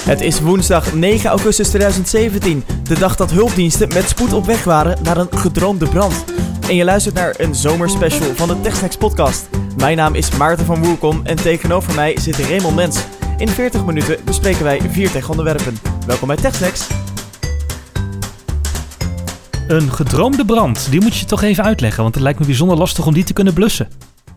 Het is woensdag 9 augustus 2017, de dag dat hulpdiensten met spoed op weg waren naar een gedroomde brand. En je luistert naar een zomerspecial van de TechSnacks podcast. Mijn naam is Maarten van Woerkom en tegenover mij zit Raymond Mens. In 40 minuten bespreken wij 4 tech-onderwerpen. Welkom bij TechSnacks. Een gedroomde brand, die moet je toch even uitleggen, want het lijkt me bijzonder lastig om die te kunnen blussen.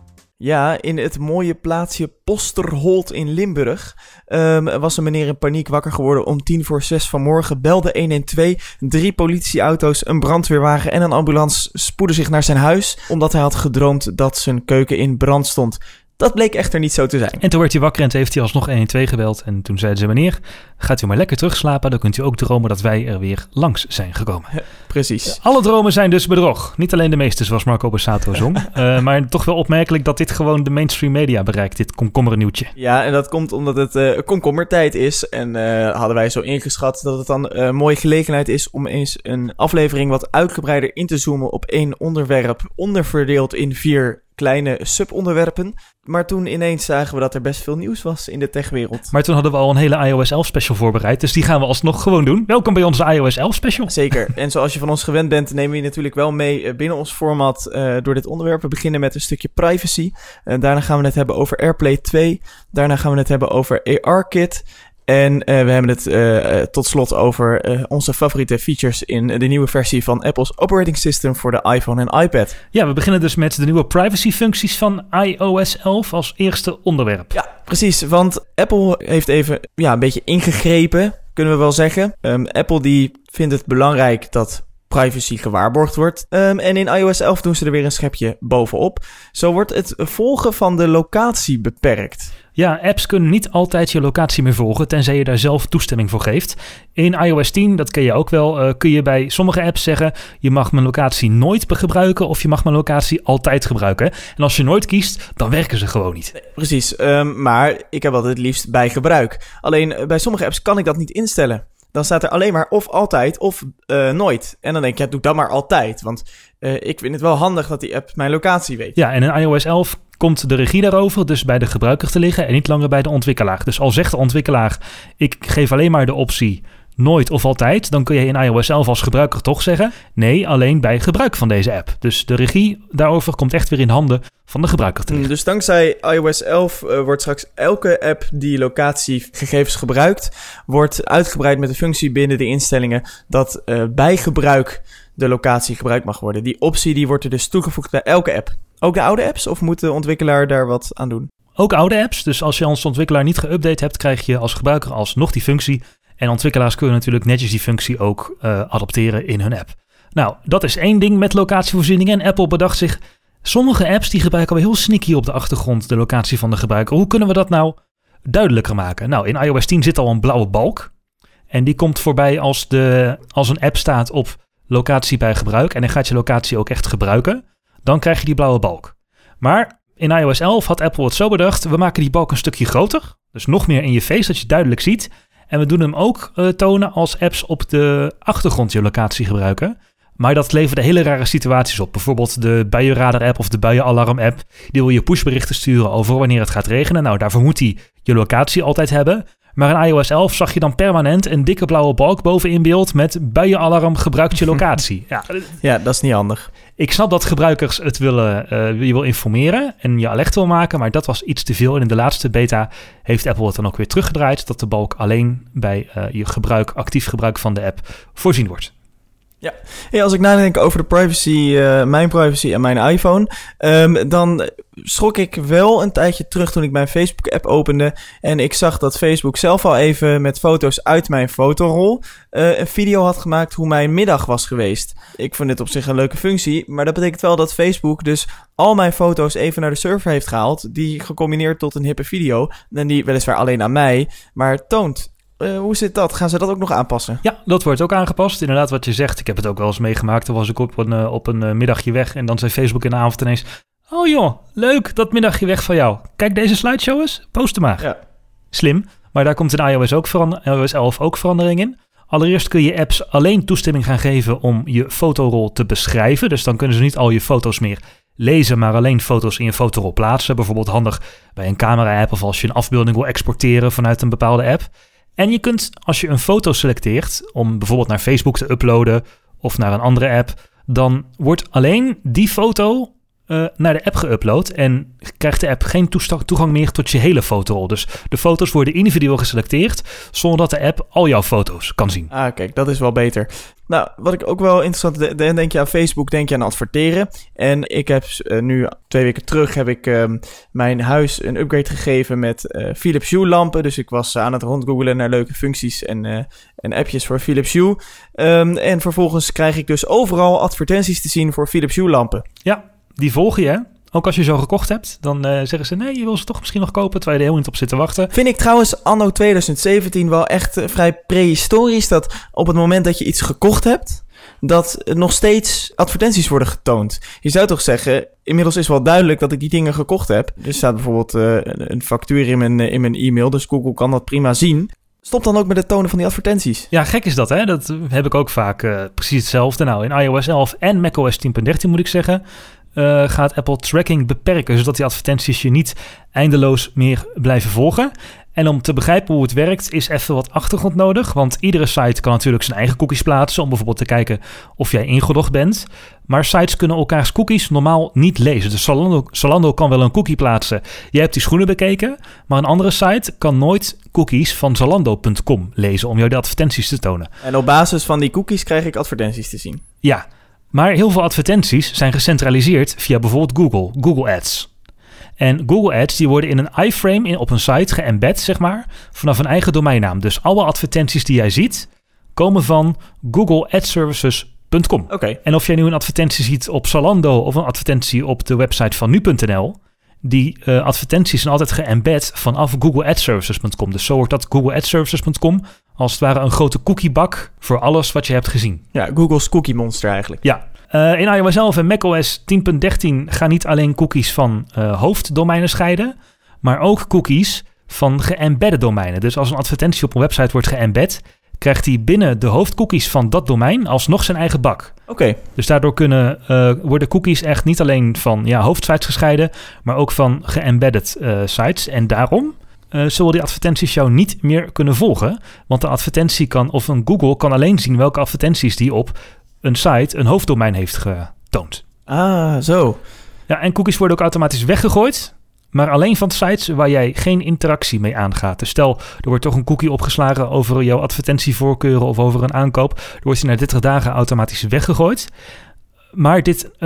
Ja, in het mooie plaatsje Posterholt in Limburg was een meneer in paniek wakker geworden om 5:45 vanmorgen. Belde 112, 3 politieauto's, een brandweerwagen en een ambulance spoedden zich naar zijn huis, omdat hij had gedroomd dat zijn keuken in brand stond. Dat bleek echter niet zo te zijn. En toen werd hij wakker en toen heeft hij alsnog 112 gebeld. En toen zeiden ze, meneer, gaat u maar lekker terugslapen. Dan kunt u ook dromen dat wij er weer langs zijn gekomen. Precies. Alle dromen zijn dus bedrog. Niet alleen de meeste, zoals Marco Borsato zong. Maar toch wel opmerkelijk dat dit gewoon de mainstream media bereikt. Dit komkommernieuwtje. Ja, en dat komt omdat het komkommertijd is. En hadden wij zo ingeschat dat het dan een mooie gelegenheid is om eens een aflevering wat uitgebreider in te zoomen op één onderwerp, onderverdeeld in 4 kleine subonderwerpen. Maar toen ineens zagen we dat er best veel nieuws was in de techwereld. Maar toen hadden we al een hele iOS 11 special voorbereid. Dus die gaan we alsnog gewoon doen. Welkom bij onze iOS 11 special. Zeker. En zoals je van ons gewend bent, nemen we je natuurlijk wel mee binnen ons format door dit onderwerp. We beginnen met een stukje privacy. Daarna gaan we het hebben over AirPlay 2. Daarna gaan we het hebben over ARKit. En we hebben het tot slot over onze favoriete features in de nieuwe versie van Apple's operating system voor de iPhone en iPad. Ja, we beginnen dus met de nieuwe privacy functies van iOS 11 als eerste onderwerp. Ja, precies. Want Apple heeft even een beetje ingegrepen, kunnen we wel zeggen. Apple die vindt het belangrijk dat privacy gewaarborgd wordt. En in iOS 11 doen ze er weer een schepje bovenop. Zo wordt het volgen van de locatie beperkt. Ja, apps kunnen niet altijd je locatie meer volgen, tenzij je daar zelf toestemming voor geeft. In iOS 10, dat ken je ook wel, kun je bij sommige apps zeggen, je mag mijn locatie nooit gebruiken of je mag mijn locatie altijd gebruiken. En als je nooit kiest, dan werken ze gewoon niet. Nee, precies, maar ik heb altijd het liefst bij gebruik. Alleen bij sommige apps kan ik dat niet instellen. Dan staat er alleen maar of altijd of nooit. En dan denk ik, doe dat maar altijd. Want ik vind het wel handig dat die app mijn locatie weet. Ja, en in iOS 11 komt de regie daarover dus bij de gebruiker te liggen en niet langer bij de ontwikkelaar. Dus al zegt de ontwikkelaar, ik geef alleen maar de optie nooit of altijd, dan kun je in iOS 11 als gebruiker toch zeggen, nee, alleen bij gebruik van deze app. Dus de regie daarover komt echt weer in handen van de gebruiker te liggen. Dus dankzij iOS 11 wordt straks elke app die locatiegegevens gebruikt, wordt uitgebreid met de functie binnen de instellingen dat bij gebruik de locatie gebruikt mag worden. Die optie die wordt er dus toegevoegd bij elke app. Ook de oude apps, of moet de ontwikkelaar daar wat aan doen? Ook oude apps, dus als je als ontwikkelaar niet geüpdate hebt, krijg je als gebruiker alsnog die functie. En ontwikkelaars kunnen natuurlijk netjes die functie ook adopteren in hun app. Nou, dat is één ding met locatievoorziening. En Apple bedacht zich, sommige apps die gebruiken al heel sneaky op de achtergrond de locatie van de gebruiker. Hoe kunnen we dat nou duidelijker maken? Nou, in iOS 10 zit al een blauwe balk. En die komt voorbij als een app staat op locatie bij gebruik. En dan gaat je locatie ook echt gebruiken. Dan krijg je die blauwe balk. Maar in iOS 11 had Apple het zo bedacht, we maken die balk een stukje groter. Dus nog meer in je face, dat je het duidelijk ziet. En we doen hem ook tonen als apps op de achtergrond je locatie gebruiken. Maar dat leverde hele rare situaties op. Bijvoorbeeld de buienradar-app of de buienalarm-app. Die wil je pushberichten sturen over wanneer het gaat regenen. Nou, daarvoor moet hij je locatie altijd hebben. Maar in iOS 11 zag je dan permanent een dikke blauwe balk boven in beeld met buienalarm gebruikt je locatie. Ja, dat is niet handig. Ik snap dat gebruikers het je wil informeren en je alert wil maken, maar dat was iets te veel. En in de laatste beta heeft Apple het dan ook weer teruggedraaid, dat de balk alleen bij je actief gebruik van de app voorzien wordt. Ja, hey, als ik nadenk over de privacy, mijn privacy en mijn iPhone, dan schrok ik wel een tijdje terug toen ik mijn Facebook-app opende en ik zag dat Facebook zelf al even met foto's uit mijn fotorol een video had gemaakt hoe mijn middag was geweest. Ik vond dit op zich een leuke functie, maar dat betekent wel dat Facebook dus al mijn foto's even naar de server heeft gehaald, die gecombineerd tot een hippe video, en die weliswaar alleen aan mij, maar toont. Hoe zit dat? Gaan ze dat ook nog aanpassen? Ja, dat wordt ook aangepast. Inderdaad, wat je zegt. Ik heb het ook wel eens meegemaakt. Dan was ik op een middagje weg en dan zei Facebook in de avond ineens, oh joh, leuk, dat middagje weg van jou. Kijk deze slideshow eens, post hem maar. Ja. Slim, maar daar komt in iOS 11 ook verandering in. Allereerst kun je apps alleen toestemming gaan geven om je fotorol te beschrijven. Dus dan kunnen ze niet al je foto's meer lezen, maar alleen foto's in je fotorol plaatsen. Bijvoorbeeld handig bij een camera-app of als je een afbeelding wil exporteren vanuit een bepaalde app. En je kunt, als je een foto selecteert om bijvoorbeeld naar Facebook te uploaden of naar een andere app, dan wordt alleen die foto naar de app geüpload en krijgt de app geen toegang meer tot je hele fotorol. Dus de foto's worden individueel geselecteerd, zonder dat de app al jouw foto's kan zien. Ah, kijk, dat is wel beter. Nou, wat ik ook wel interessant denk je aan Facebook, denk je aan adverteren. En ik heb nu 2 weken terug mijn huis een upgrade gegeven met Philips Hue lampen. Dus ik was aan het rondgooglen naar leuke functies en appjes voor Philips Hue. En vervolgens krijg ik dus overal advertenties te zien voor Philips Hue lampen. Ja, die volgen je, hè? Ook als je zo gekocht hebt, dan zeggen ze, nee, je wil ze toch misschien nog kopen, terwijl je er heel niet op zit te wachten. Vind ik trouwens anno 2017 wel echt vrij prehistorisch, dat op het moment dat je iets gekocht hebt, dat nog steeds advertenties worden getoond. Je zou toch zeggen, inmiddels is wel duidelijk dat ik die dingen gekocht heb. Er staat bijvoorbeeld een factuur in mijn e-mail, dus Google kan dat prima zien. Stop dan ook met het tonen van die advertenties. Ja, gek is dat, hè? Dat heb ik ook vaak precies hetzelfde. Nou, in iOS 11 en macOS 10.13 moet ik zeggen, gaat Apple tracking beperken, zodat die advertenties je niet eindeloos meer blijven volgen. En om te begrijpen hoe het werkt, is even wat achtergrond nodig. Want iedere site kan natuurlijk zijn eigen cookies plaatsen, om bijvoorbeeld te kijken of jij ingelogd bent. Maar sites kunnen elkaars cookies normaal niet lezen. Dus Zalando kan wel een cookie plaatsen. Jij hebt die schoenen bekeken, maar een andere site kan nooit cookies van Zalando.com lezen om jou de advertenties te tonen. En op basis van die cookies krijg ik advertenties te zien. Ja, maar heel veel advertenties zijn gecentraliseerd via bijvoorbeeld Google Ads. En Google Ads die worden in een iframe op een site geëmbed, zeg maar, vanaf een eigen domeinnaam. Dus alle advertenties die jij ziet, komen van googleadservices.com. Okay. En of jij nu een advertentie ziet op Zalando of een advertentie op de website van nu.nl, die advertenties zijn altijd geëmbed vanaf googleadservices.com. Dus zo wordt dat googleadservices.com als het ware een grote cookiebak voor alles wat je hebt gezien. Ja, Google's cookie monster eigenlijk. Ja. In iOS 11 en macOS 10.13 gaan niet alleen cookies van hoofddomeinen scheiden, maar ook cookies van geëmbedde domeinen. Dus als een advertentie op een website wordt geëmbed, krijgt hij binnen de hoofdcookies van dat domein alsnog zijn eigen bak. Oké. Dus daardoor worden cookies echt niet alleen van hoofdsites gescheiden, maar ook van geëmbedded sites. En daarom zullen die advertenties jou niet meer kunnen volgen, want de advertentie of een Google kan alleen zien welke advertenties die op een site een hoofddomein heeft getoond. Ah, zo. Ja, en cookies worden ook automatisch weggegooid, maar alleen van sites waar jij geen interactie mee aangaat. Dus stel, er wordt toch een cookie opgeslagen over jouw advertentievoorkeuren of over een aankoop. Dan wordt die na 30 dagen automatisch weggegooid. Maar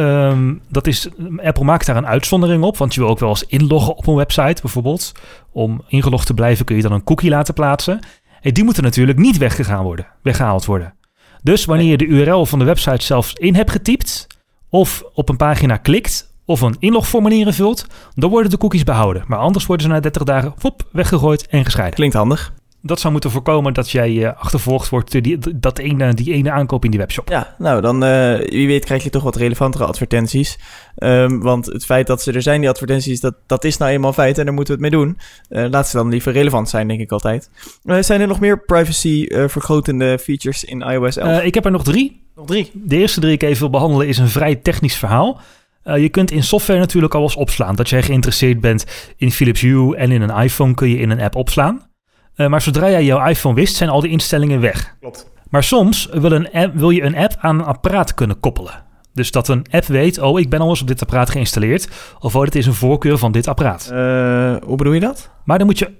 Apple maakt daar een uitzondering op, want je wil ook wel eens inloggen op een website bijvoorbeeld. Om ingelogd te blijven kun je dan een cookie laten plaatsen. En die moeten natuurlijk niet weggehaald worden. Dus wanneer je de URL van de website zelfs in hebt getypt, of op een pagina klikt, of een inlogformulier invult, dan worden de cookies behouden. Maar anders worden ze na 30 dagen weggegooid en gescheiden. Klinkt handig. Dat zou moeten voorkomen dat jij achtervolgd wordt door die ene aankoop in die webshop. Ja, nou dan wie weet krijg je toch wat relevantere advertenties. Want het feit dat ze er zijn, die advertenties, dat is nou eenmaal feit en daar moeten we het mee doen. Laat ze dan liever relevant zijn, denk ik altijd. Zijn er nog meer privacy vergrotende features in iOS 11? Ik heb er nog 3. Nog 3? De eerste 3 die ik even wil behandelen is een vrij technisch verhaal. Je kunt in software natuurlijk al eens opslaan. Dat jij geïnteresseerd bent in Philips Hue en in een iPhone kun je in een app opslaan. Maar zodra jij jouw iPhone wist, zijn al die instellingen weg. Klopt. Maar soms wil je een app aan een apparaat kunnen koppelen. Dus dat een app weet, ik ben al eens op dit apparaat geïnstalleerd. Of dit is een voorkeur van dit apparaat. Hoe bedoel je dat? Maar dan moet je...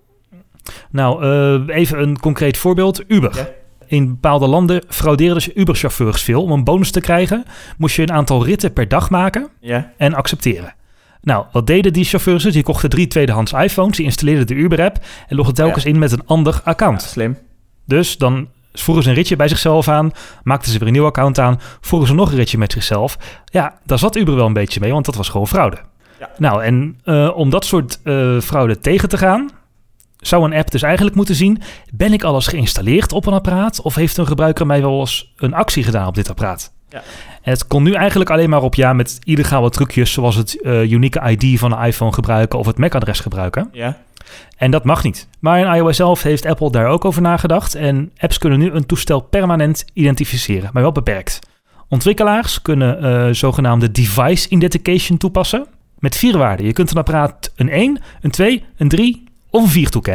even een concreet voorbeeld. Uber. Ja. In bepaalde landen fraudeerden Uber-chauffeurs veel. Om een bonus te krijgen, moest je een aantal ritten per dag maken en accepteren. Nou, wat deden die chauffeurs? Die kochten 3 tweedehands iPhones, die installeerden de Uber-app en logden telkens in met een ander account. Ja, slim. Dus dan voeren ze een ritje bij zichzelf aan, maakten ze weer een nieuw account aan, voeren ze nog een ritje met zichzelf. Ja, daar zat Uber wel een beetje mee, want dat was gewoon fraude. Ja. Nou, en om dat soort fraude tegen te gaan, zou een app dus eigenlijk moeten zien, ben ik al eens geïnstalleerd op een apparaat of heeft een gebruiker mij wel eens een actie gedaan op dit apparaat? Ja. En het kon nu eigenlijk alleen maar op met illegale trucjes zoals het unieke ID van een iPhone gebruiken of het MAC-adres gebruiken. Ja. En dat mag niet. Maar in iOS 11 heeft Apple daar ook over nagedacht en apps kunnen nu een toestel permanent identificeren, maar wel beperkt. Ontwikkelaars kunnen zogenaamde device identification toepassen met 4 waarden. Je kunt een apparaat een 1, een 2, een 3 of een 4 toekennen.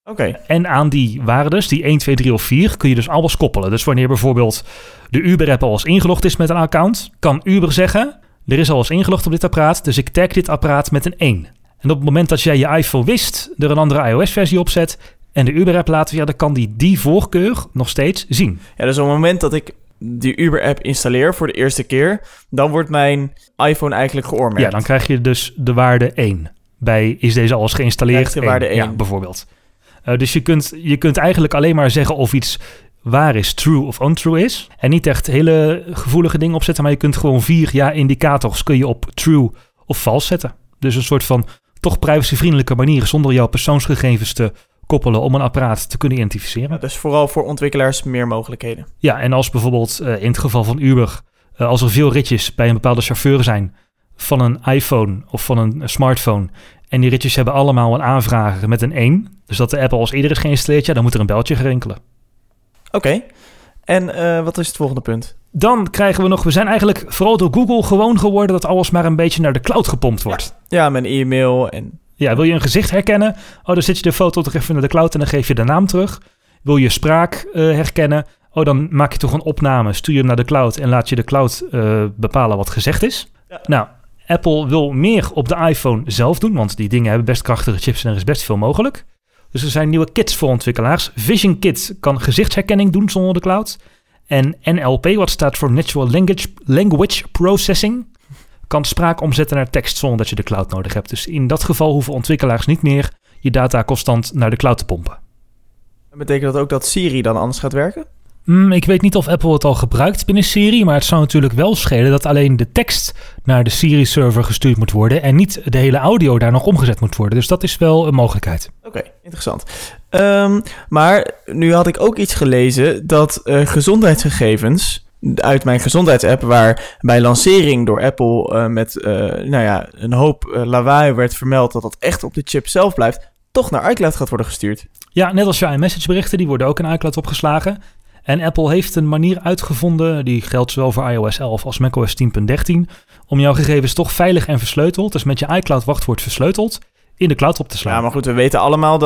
Oké. En aan die waardes, die 1, 2, 3 of 4, kun je dus alles koppelen. Dus wanneer bijvoorbeeld de Uber-app al eens ingelogd is met een account, kan Uber zeggen, er is al eens ingelogd op dit apparaat, dus ik tag dit apparaat met een 1. En op het moment dat jij je iPhone wist, er een andere iOS-versie opzet en de Uber-app laat, ja, dan kan die voorkeur nog steeds zien. Ja, dus op het moment dat ik die Uber-app installeer voor de eerste keer, dan wordt mijn iPhone eigenlijk geoormerkt. Ja, dan krijg je dus de waarde 1. Bij is deze al eens geïnstalleerd? De waarde 1. Ja, bijvoorbeeld. Dus je kunt eigenlijk alleen maar zeggen of iets waar is, true of untrue is. En niet echt hele gevoelige dingen opzetten, maar je kunt gewoon 4 indicators kun je op true of false zetten. Dus een soort van toch privacyvriendelijke manier zonder jouw persoonsgegevens te koppelen om een apparaat te kunnen identificeren. Ja, dus vooral voor ontwikkelaars meer mogelijkheden. Ja, en als bijvoorbeeld in het geval van Uber, als er veel ritjes bij een bepaalde chauffeur zijn van een iPhone of van een smartphone en die ritjes hebben allemaal een aanvrager met een 1, dus dat de app al eens eerder is geïnstalleerd, ja, dan moet er een beltje gerinkelen. Oké. En wat is het volgende punt? Dan krijgen we zijn eigenlijk vooral door Google gewoon geworden dat alles maar een beetje naar de cloud gepompt wordt. Ja, mijn e-mail en... Ja, wil je een gezicht herkennen? Dan zet je de foto toch even naar de cloud en dan geef je de naam terug. Wil je spraak herkennen? Dan maak je toch een opname, stuur je hem naar de cloud en laat je de cloud bepalen wat gezegd is. Ja. Nou, Apple wil meer op de iPhone zelf doen, want die dingen hebben best krachtige chips en er is best veel mogelijk. Dus er zijn nieuwe kits voor ontwikkelaars. Vision Kit kan gezichtsherkenning doen zonder de cloud. En NLP, wat staat voor Natural Language Processing, kan spraak omzetten naar tekst zonder dat je de cloud nodig hebt. Dus in dat geval hoeven ontwikkelaars niet meer je data constant naar de cloud te pompen. Betekent dat ook dat Siri dan anders gaat werken? Ik weet niet of Apple het al gebruikt binnen Siri, maar het zou natuurlijk wel schelen dat alleen de tekst naar de Siri-server gestuurd moet worden en niet de hele audio daar nog omgezet moet worden. Dus dat is wel een mogelijkheid. Oké, interessant. Maar nu had ik ook iets gelezen dat gezondheidsgegevens uit mijn gezondheidsapp, waar bij lancering door Apple met een hoop lawaai werd vermeld dat dat echt op de chip zelf blijft, toch naar iCloud gaat worden gestuurd. Ja, net als je iMessage berichten, die worden ook in iCloud opgeslagen. En Apple heeft een manier uitgevonden, die geldt zowel voor iOS 11 als macOS 10.13, om jouw gegevens toch veilig en versleuteld, dus met je iCloud wachtwoord versleuteld, in de cloud op te slaan. Ja, maar goed, we weten allemaal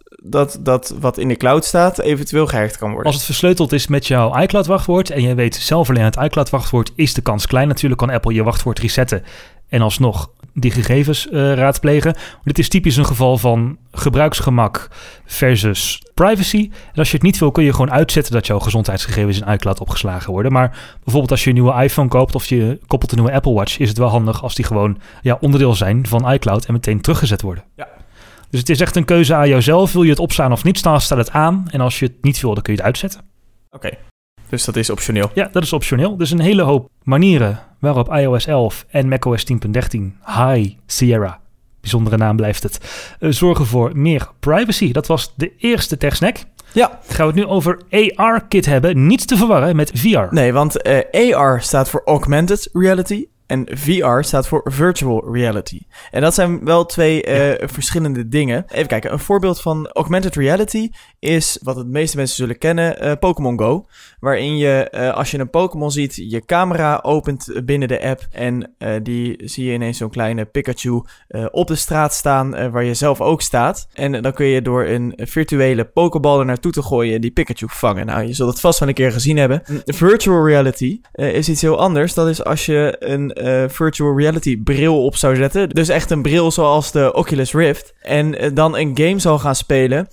dat wat in de cloud staat eventueel gehackt kan worden. Als het versleuteld is met jouw iCloud wachtwoord en je weet zelf alleen het iCloud wachtwoord, is de kans klein. Natuurlijk kan Apple je wachtwoord resetten en alsnog die gegevens raadplegen. Dit is typisch een geval van gebruiksgemak versus privacy. En als je het niet wil, kun je gewoon uitzetten dat jouw gezondheidsgegevens in iCloud opgeslagen worden. Maar bijvoorbeeld als je een nieuwe iPhone koopt of je koppelt een nieuwe Apple Watch, is het wel handig als die gewoon onderdeel zijn van iCloud en meteen teruggezet worden. Ja. Dus het is echt een keuze aan jouzelf. Wil je het opslaan of niet, staat het aan. En als je het niet wil, dan kun je het uitzetten. Oké. Dus dat is optioneel. Ja, dat is optioneel. Dus een hele hoop manieren waarop iOS 11 en macOS 10.13, High Sierra, bijzondere naam blijft het, zorgen voor meer privacy. Dat was de eerste TechSnack. Ja. Dan gaan we het nu over AR-kit hebben. Niet te verwarren met VR. Nee, want AR staat voor Augmented Reality. En VR staat voor Virtual Reality. En dat zijn wel twee verschillende dingen. Even kijken, een voorbeeld van Augmented Reality is, wat de meeste mensen zullen kennen, Pokémon Go. Waarin je, als je een Pokémon ziet, je camera opent binnen de app. En die zie je ineens zo'n kleine Pikachu op de straat staan, waar je zelf ook staat. En dan kun je door een virtuele Pokéball er naartoe te gooien die Pikachu vangen. Nou, je zult het vast wel een keer gezien hebben. Virtual Reality is iets heel anders. Dat is als je een virtual reality bril op zou zetten. Dus echt een bril zoals de Oculus Rift. En dan een game zal gaan spelen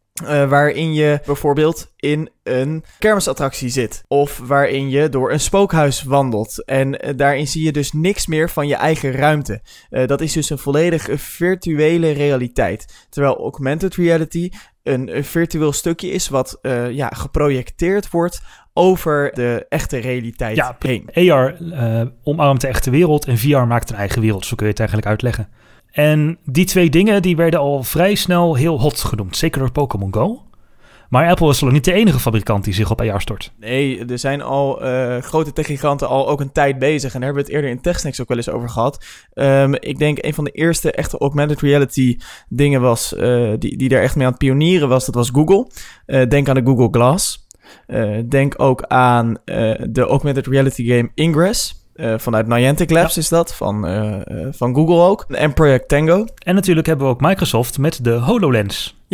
waarin je bijvoorbeeld in een kermisattractie zit. Of waarin je door een spookhuis wandelt. En daarin zie je dus niks meer van je eigen ruimte. Dat is dus een volledig virtuele realiteit. Terwijl augmented reality een virtueel stukje is wat geprojecteerd wordt over de echte realiteit heen. AR omarmt de echte wereld en VR maakt een eigen wereld. Zo kun je het eigenlijk uitleggen. En die twee dingen die werden al vrij snel heel hot genoemd. Zeker door Pokémon Go. Maar Apple is nog niet de enige fabrikant die zich op AR stort. Nee, er zijn al grote techgiganten al ook een tijd bezig. En daar hebben we het eerder in TechSnacks ook wel eens over gehad. Ik denk een van de eerste echte augmented reality dingen was die daar echt mee aan het pionieren was. Dat was Google. Denk aan de Google Glass. Denk ook aan de augmented reality game Ingress. Vanuit Niantic Labs is dat, van Google ook. En Project Tango. En natuurlijk hebben we ook Microsoft met de HoloLens. Ja,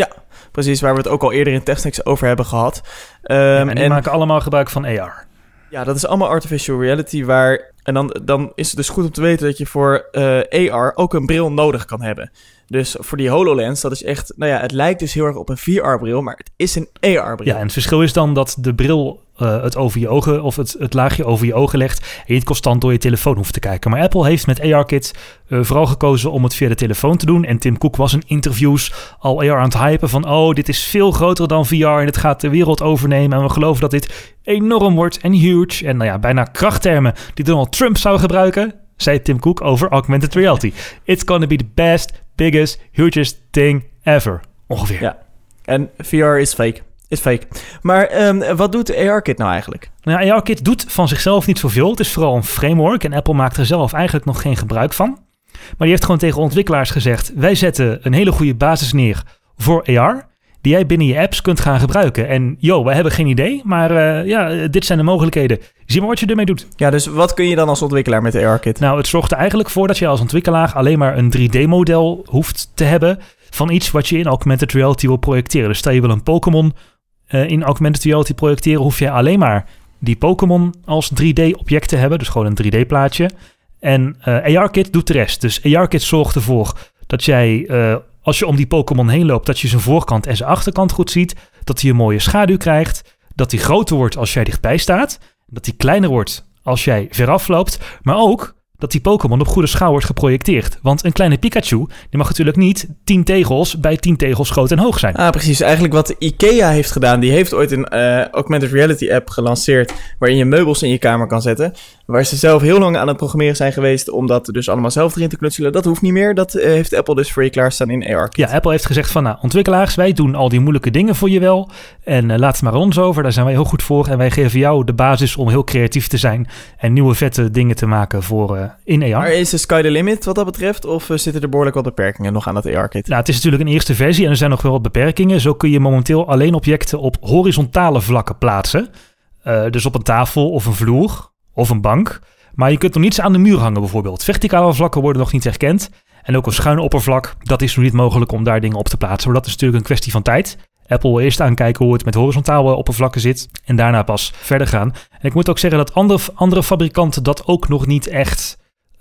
Precies, waar we het ook al eerder in TechSnacks over hebben gehad. En die maken allemaal gebruik van AR. Ja, dat is allemaal artificial reality En dan is het dus goed om te weten dat je voor AR ook een bril nodig kan hebben. Dus voor die HoloLens, dat is echt... het lijkt dus heel erg op een VR-bril, maar het is een AR-bril. Ja, en het verschil is dan dat de bril het over je ogen... of het laagje over je ogen legt... en je niet constant door je telefoon hoeft te kijken. Maar Apple heeft met AR-Kit vooral gekozen om het via de telefoon te doen. En Tim Cook was in interviews al AR aan het hypen van... dit is veel groter dan VR en het gaat de wereld overnemen. En we geloven dat dit enorm wordt en huge. En bijna krachttermen die Donald Trump zou gebruiken... zei Tim Cook over augmented reality. It's gonna be the best, biggest, hugest thing ever. Ongeveer. Ja, en VR is fake. Is fake. Maar wat doet de AR-Kit nou eigenlijk? Nou, AR-Kit doet van zichzelf niet zoveel. Het is vooral een framework en Apple maakt er zelf eigenlijk nog geen gebruik van. Maar die heeft gewoon tegen ontwikkelaars gezegd... wij zetten een hele goede basis neer voor AR... die jij binnen je apps kunt gaan gebruiken. En wij hebben geen idee, maar dit zijn de mogelijkheden. Zie maar wat je ermee doet. Ja, dus wat kun je dan als ontwikkelaar met de AR-Kit? Nou, het zorgt er eigenlijk voor dat je als ontwikkelaar alleen maar een 3D-model hoeft te hebben... van iets wat je in augmented reality wil projecteren. Dus stel je wil een Pokémon in augmented reality projecteren... hoef je alleen maar die Pokémon als 3D-object te hebben. Dus gewoon een 3D-plaatje. En AR-Kit doet de rest. Dus AR-Kit zorgt ervoor dat jij... als je om die Pokémon heen loopt, dat je zijn voorkant en zijn achterkant goed ziet. Dat hij een mooie schaduw krijgt. Dat hij groter wordt als jij dichtbij staat. Dat hij kleiner wordt als jij veraf loopt. Maar ook dat die Pokémon op goede schaal wordt geprojecteerd. Want een kleine Pikachu, die mag natuurlijk niet 10 tegels bij 10 tegels groot en hoog zijn. Ah, precies. Eigenlijk wat IKEA heeft gedaan. Die heeft ooit een augmented reality app gelanceerd... waarin je meubels in je kamer kan zetten. Waar ze zelf heel lang aan het programmeren zijn geweest... om dat dus allemaal zelf erin te knutselen. Dat hoeft niet meer. Dat heeft Apple dus voor je klaarstaan in AR-Kit. Ja, Apple heeft gezegd van... ontwikkelaars, wij doen al die moeilijke dingen voor je wel. En laat het maar aan ons over. Daar zijn wij heel goed voor. En wij geven jou de basis om heel creatief te zijn... en nieuwe vette dingen te maken voor in AR. Maar is de sky the limit wat dat betreft? Of zitten er behoorlijk wat beperkingen nog aan dat AR-Kit? Nou, het is natuurlijk een eerste versie en er zijn nog wel wat beperkingen. Zo kun je momenteel alleen objecten op horizontale vlakken plaatsen. Dus op een tafel of een vloer of een bank. Maar je kunt nog niets aan de muur hangen bijvoorbeeld. Verticale vlakken worden nog niet erkend. En ook een schuin oppervlak, dat is nog niet mogelijk om daar dingen op te plaatsen. Maar dat is natuurlijk een kwestie van tijd. Apple wil eerst aankijken hoe het met horizontale oppervlakken zit. En daarna pas verder gaan. En ik moet ook zeggen dat andere fabrikanten dat ook nog niet echt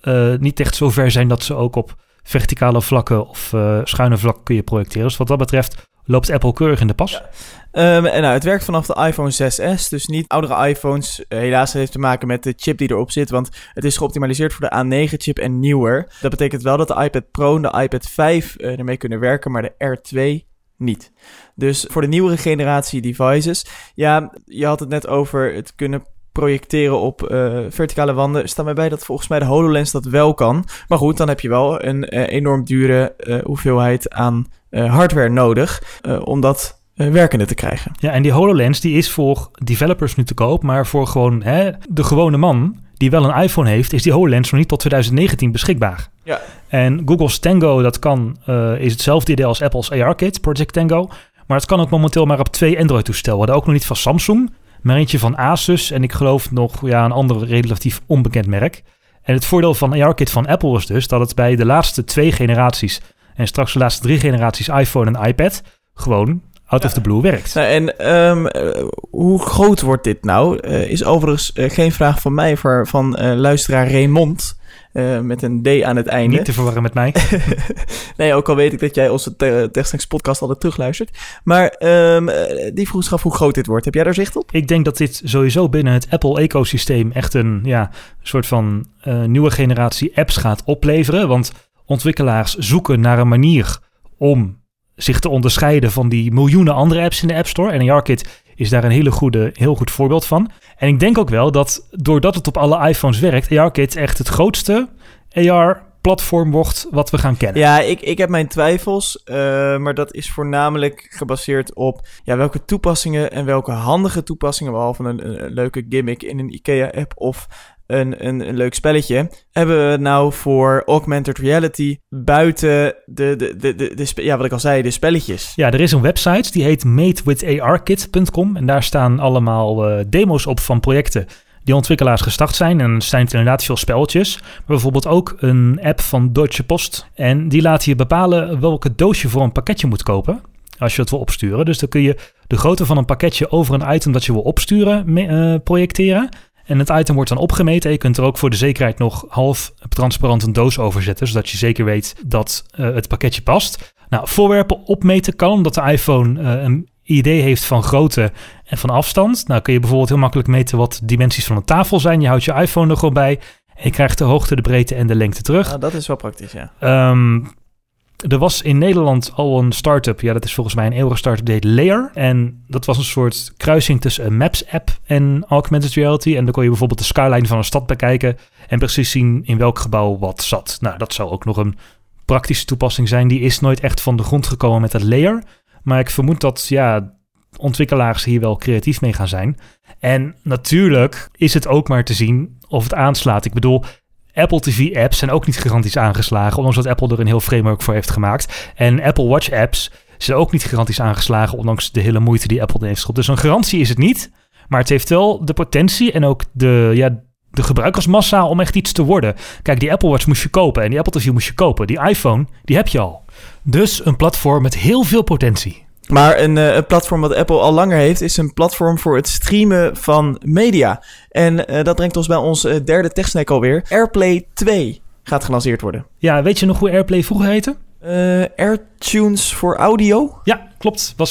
zo ver zijn dat ze ook op verticale vlakken of schuine vlakken kun je projecteren. Dus wat dat betreft loopt Apple keurig in de pas. Ja. Het werkt vanaf de iPhone 6s, dus niet oudere iPhones. Helaas heeft te maken met de chip die erop zit, want het is geoptimaliseerd voor de A9-chip en nieuwer. Dat betekent wel dat de iPad Pro en de iPad 5 ermee kunnen werken, maar de R2 niet. Dus voor de nieuwere generatie devices, ja, je had het net over het kunnen projecteren op verticale wanden. Staat mij bij dat volgens mij de HoloLens dat wel kan. Maar goed, dan heb je wel een enorm dure hoeveelheid aan hardware nodig om dat werkende te krijgen. Ja, en die HoloLens die is voor developers nu te koop, maar voor gewoon de gewone man die wel een iPhone heeft, is die HoloLens nog niet tot 2019 beschikbaar. Ja. En Google's Tango, dat is hetzelfde idee als Apple's AR-Kit, Project Tango, maar het kan ook momenteel maar op 2 Android-toestellen. We hadden ook nog niet van Samsung, maar eentje van Asus en ik geloof nog een ander relatief onbekend merk. En het voordeel van AR-Kit van Apple is dus dat het bij de laatste 2 generaties en straks de laatste 3 generaties iPhone en iPad gewoon out of the blue werkt. Nou, en hoe groot wordt dit nou? Is overigens geen vraag van mij, van luisteraar Raymond. Met een D aan het einde. Niet te verwarren met mij. Nee, ook al weet ik dat jij onze TechSnacks podcast altijd terugluistert. Maar die vroeg zich af hoe groot dit wordt. Heb jij daar zicht op? Ik denk dat dit sowieso binnen het Apple-ecosysteem echt een soort van nieuwe generatie apps gaat opleveren. Want ontwikkelaars zoeken naar een manier om zich te onderscheiden van die miljoenen andere apps in de App Store. En AR-Kit is daar een heel goed voorbeeld van. En ik denk ook wel dat doordat het op alle iPhones werkt, AR-Kit echt het grootste AR-platform wordt wat we gaan kennen. Ja, ik heb mijn twijfels, maar dat is voornamelijk gebaseerd op welke toepassingen en welke handige toepassingen, behalve een leuke gimmick in een IKEA-app of een leuk spelletje, hebben we nou voor augmented reality buiten wat ik al zei, de spelletjes. Ja, er is een website die heet madewitharkit.com en daar staan allemaal demo's op van projecten die ontwikkelaars gestart zijn. En er zijn inderdaad veel spelletjes, maar bijvoorbeeld ook een app van Deutsche Post. En die laat je bepalen welke doos je voor een pakketje moet kopen. als je het wil opsturen. Dus dan kun je de grootte van een pakketje over een item dat je wil opsturen projecteren. En het item wordt dan opgemeten. Je kunt er ook voor de zekerheid nog half transparant een doos over zetten, zodat je zeker weet dat het pakketje past. Nou, voorwerpen opmeten kan, omdat de iPhone een idee heeft van grootte en van afstand. Nou kun je bijvoorbeeld heel makkelijk meten wat de dimensies van een tafel zijn. Je houdt je iPhone er gewoon bij en je krijgt de hoogte, de breedte en de lengte terug. Nou, dat is wel praktisch, ja. Er was in Nederland al een start-up, dat is volgens mij een eeuwige start-up, die heet Layer. En dat was een soort kruising tussen een Maps-app en augmented reality. En dan kon je bijvoorbeeld de skyline van een stad bekijken en precies zien in welk gebouw wat zat. Nou, dat zou ook nog een praktische toepassing zijn. Die is nooit echt van de grond gekomen met dat Layer. Maar ik vermoed dat ontwikkelaars hier wel creatief mee gaan zijn. En natuurlijk is het ook maar te zien of het aanslaat. Ik bedoel, Apple TV-apps zijn ook niet gigantisch aangeslagen, ondanks dat Apple er een heel framework voor heeft gemaakt. En Apple Watch-apps zijn ook niet gigantisch aangeslagen, ondanks de hele moeite die Apple erin heeft gestopt. Dus een garantie is het niet, maar het heeft wel de potentie en ook de gebruikersmassa om echt iets te worden. Kijk, die Apple Watch moest je kopen en die Apple TV moest je kopen. Die iPhone, die heb je al. Dus een platform met heel veel potentie. Maar een platform wat Apple al langer heeft, is een platform voor het streamen van media. En dat brengt ons bij ons derde techsnack alweer. AirPlay 2 gaat gelanceerd worden. Ja, weet je nog hoe AirPlay vroeger heette? AirTunes voor audio? Ja, klopt. Was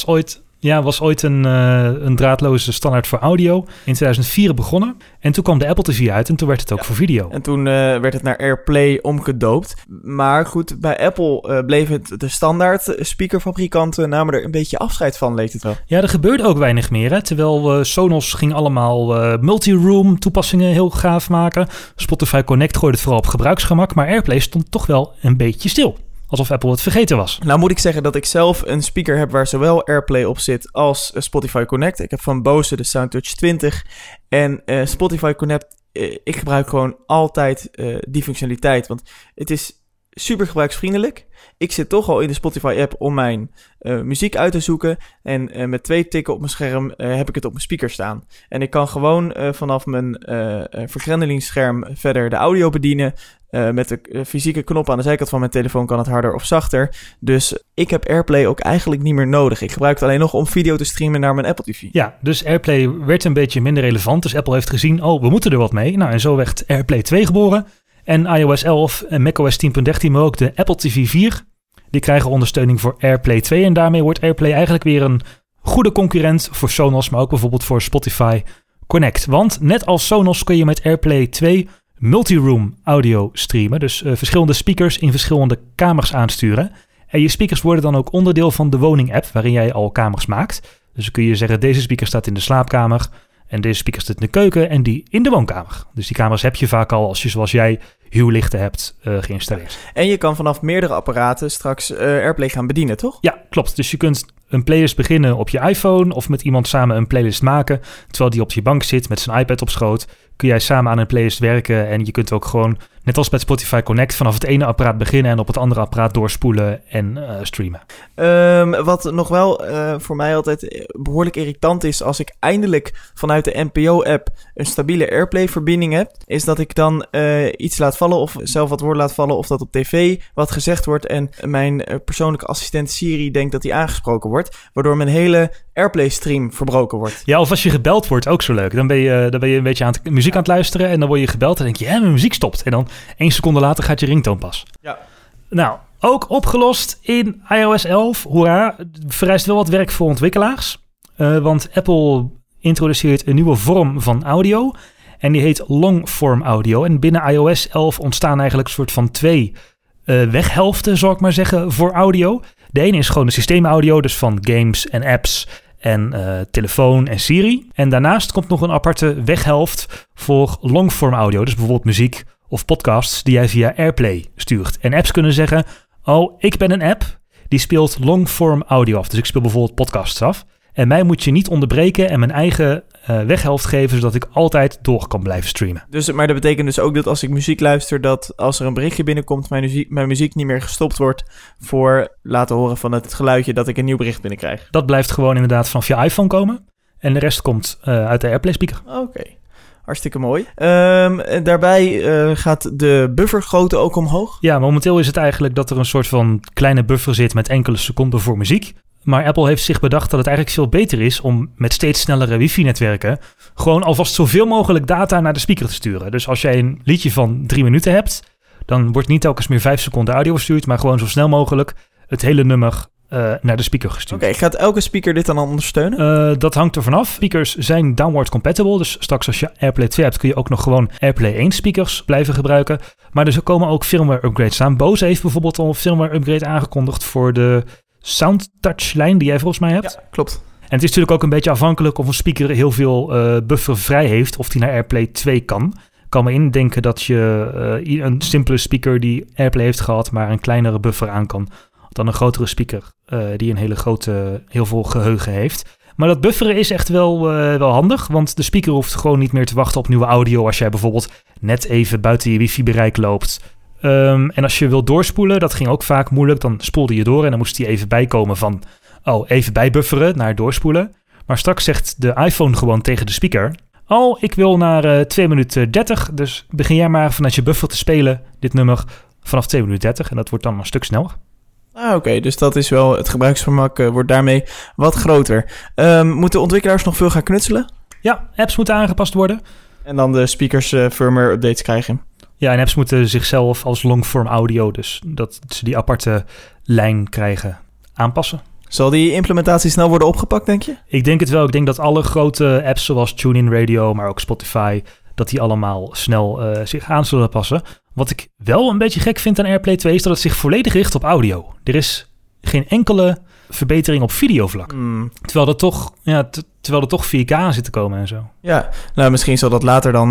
ooit een draadloze standaard voor audio. In 2004 begonnen. En toen kwam de Apple TV uit en toen werd het ook voor video. En toen werd het naar AirPlay omgedoopt. Maar goed, bij Apple bleef het de standaard. Speakerfabrikanten namen er een beetje afscheid van, leek het wel. Ja, er gebeurde ook weinig meer. Hè? Terwijl Sonos ging allemaal multi-room toepassingen heel gaaf maken. Spotify Connect gooide het vooral op gebruiksgemak. Maar AirPlay stond toch wel een beetje stil. Alsof Apple het vergeten was. Nou moet ik zeggen dat ik zelf een speaker heb waar zowel AirPlay op zit als Spotify Connect. Ik heb van Bose de Soundtouch 20. En Spotify Connect, ik gebruik gewoon altijd die functionaliteit. Want het is super gebruiksvriendelijk. Ik zit toch al in de Spotify-app om mijn muziek uit te zoeken. En met 2 tikken op mijn scherm heb ik het op mijn speaker staan. En ik kan gewoon vanaf mijn vergrendelingsscherm verder de audio bedienen. Met de fysieke knop aan de zijkant van mijn telefoon kan het harder of zachter. Dus ik heb AirPlay ook eigenlijk niet meer nodig. Ik gebruik het alleen nog om video te streamen naar mijn Apple TV. Ja, dus AirPlay werd een beetje minder relevant. Dus Apple heeft gezien, we moeten er wat mee. Nou, en zo werd AirPlay 2 geboren. En iOS 11 en macOS 10.13, maar ook de Apple TV 4... die krijgen ondersteuning voor AirPlay 2. En daarmee wordt AirPlay eigenlijk weer een goede concurrent voor Sonos, maar ook bijvoorbeeld voor Spotify Connect. Want net als Sonos kun je met AirPlay 2 multi-room audio streamen. Dus verschillende speakers in verschillende kamers aansturen. En je speakers worden dan ook onderdeel van de woning-app, waarin jij al kamers maakt. Dus dan kun je zeggen, deze speaker staat in de slaapkamer en deze speaker staat in de keuken en die in de woonkamer. Dus die kamers heb je vaak al als je, zoals jij, huurlichten hebt geïnstalleerd. En je kan vanaf meerdere apparaten straks AirPlay gaan bedienen, toch? Ja, klopt. Dus je kunt een playlist beginnen op je iPhone of met iemand samen een playlist maken. Terwijl die op je bank zit met zijn iPad op schoot, kun jij samen aan een playlist werken. En je kunt ook gewoon, net als met Spotify Connect, vanaf het ene apparaat beginnen en op het andere apparaat doorspoelen en streamen. Wat nog wel voor mij altijd behoorlijk irritant is als ik eindelijk vanuit de NPO-app een stabiele AirPlay-verbinding heb, is dat ik dan iets laat vallen of zelf wat woorden laat vallen of dat op tv wat gezegd wordt en mijn persoonlijke assistent Siri denkt dat hij aangesproken wordt, waardoor mijn hele AirPlay-stream verbroken wordt. Ja, of als je gebeld wordt, ook zo leuk. Dan ben je een beetje muziek aan het luisteren en dan word je gebeld en denk je, mijn muziek stopt. En dan 1 seconde later gaat je ringtoon pas. Ja. Nou, ook opgelost in iOS 11. Hoera, vereist wel wat werk voor ontwikkelaars. Want Apple introduceert een nieuwe vorm van audio. En die heet longform audio. En binnen iOS 11 ontstaan eigenlijk een soort van 2 weghelften, zal ik maar zeggen, voor audio. De ene is gewoon de systeemaudio, dus van games en apps en telefoon en Siri. En daarnaast komt nog een aparte weghelft voor longform audio. Dus bijvoorbeeld muziek of podcasts die jij via AirPlay stuurt. En apps kunnen zeggen, ik ben een app die speelt longform audio af. Dus ik speel bijvoorbeeld podcasts af. En mij moet je niet onderbreken en mijn eigen weghelft geven, zodat ik altijd door kan blijven streamen. Maar dat betekent dus ook dat als ik muziek luister, dat als er een berichtje binnenkomt, mijn muziek niet meer gestopt wordt voor laten horen van het geluidje dat ik een nieuw bericht binnenkrijg. Dat blijft gewoon inderdaad vanaf je iPhone komen. En de rest komt uit de AirPlay speaker. Oké. Hartstikke mooi. Daarbij gaat de buffergrootte ook omhoog. Ja, momenteel is het eigenlijk dat er een soort van kleine buffer zit met enkele seconden voor muziek. Maar Apple heeft zich bedacht dat het eigenlijk veel beter is om met steeds snellere wifi-netwerken gewoon alvast zoveel mogelijk data naar de speaker te sturen. Dus als jij een liedje van 3 minuten hebt, dan wordt niet telkens meer 5 seconden audio verstuurd, maar gewoon zo snel mogelijk het hele nummer naar de speaker gestuurd. Oké, gaat elke speaker dit dan ondersteunen? Dat hangt er vanaf. Speakers zijn downward compatible, dus straks als je AirPlay 2 hebt kun je ook nog gewoon AirPlay 1 speakers blijven gebruiken. Maar er komen ook firmware upgrades aan. Bose heeft bijvoorbeeld al een firmware upgrade aangekondigd voor de SoundTouch-lijn die jij volgens mij hebt. Ja, klopt. En het is natuurlijk ook een beetje afhankelijk of een speaker heel veel buffer vrij heeft, of die naar AirPlay 2 kan. Ik kan me indenken dat je een simpele speaker die AirPlay heeft gehad, maar een kleinere buffer aan kan dan een grotere speaker die een heel veel geheugen heeft. Maar dat bufferen is echt wel handig, want de speaker hoeft gewoon niet meer te wachten op nieuwe audio als jij bijvoorbeeld net even buiten je wifi-bereik loopt. En als je wil doorspoelen, dat ging ook vaak moeilijk, dan spoelde je door en dan moest hij even bijkomen van, even bijbufferen naar doorspoelen. Maar straks zegt de iPhone gewoon tegen de speaker, ik wil naar 2 minuten 30, dus begin jij maar vanuit je buffer te spelen, dit nummer, vanaf 2 minuten 30 en dat wordt dan een stuk sneller. Oké, dus dat is wel, het gebruiksgemak wordt daarmee wat groter. Moeten ontwikkelaars nog veel gaan knutselen? Ja, apps moeten aangepast worden. En dan de speakers firmware updates krijgen. Ja, en apps moeten zichzelf als longform audio, dus dat ze die aparte lijn krijgen, aanpassen. Zal die implementatie snel worden opgepakt, denk je? Ik denk het wel. Ik denk dat alle grote apps zoals TuneIn Radio, maar ook Spotify, dat die allemaal snel zich aan zullen passen. Wat ik wel een beetje gek vind aan AirPlay 2 is dat het zich volledig richt op audio. Er is geen enkele verbetering op videovlak. Terwijl er toch 4K aan zit te komen en zo. Ja, nou misschien zal dat later dan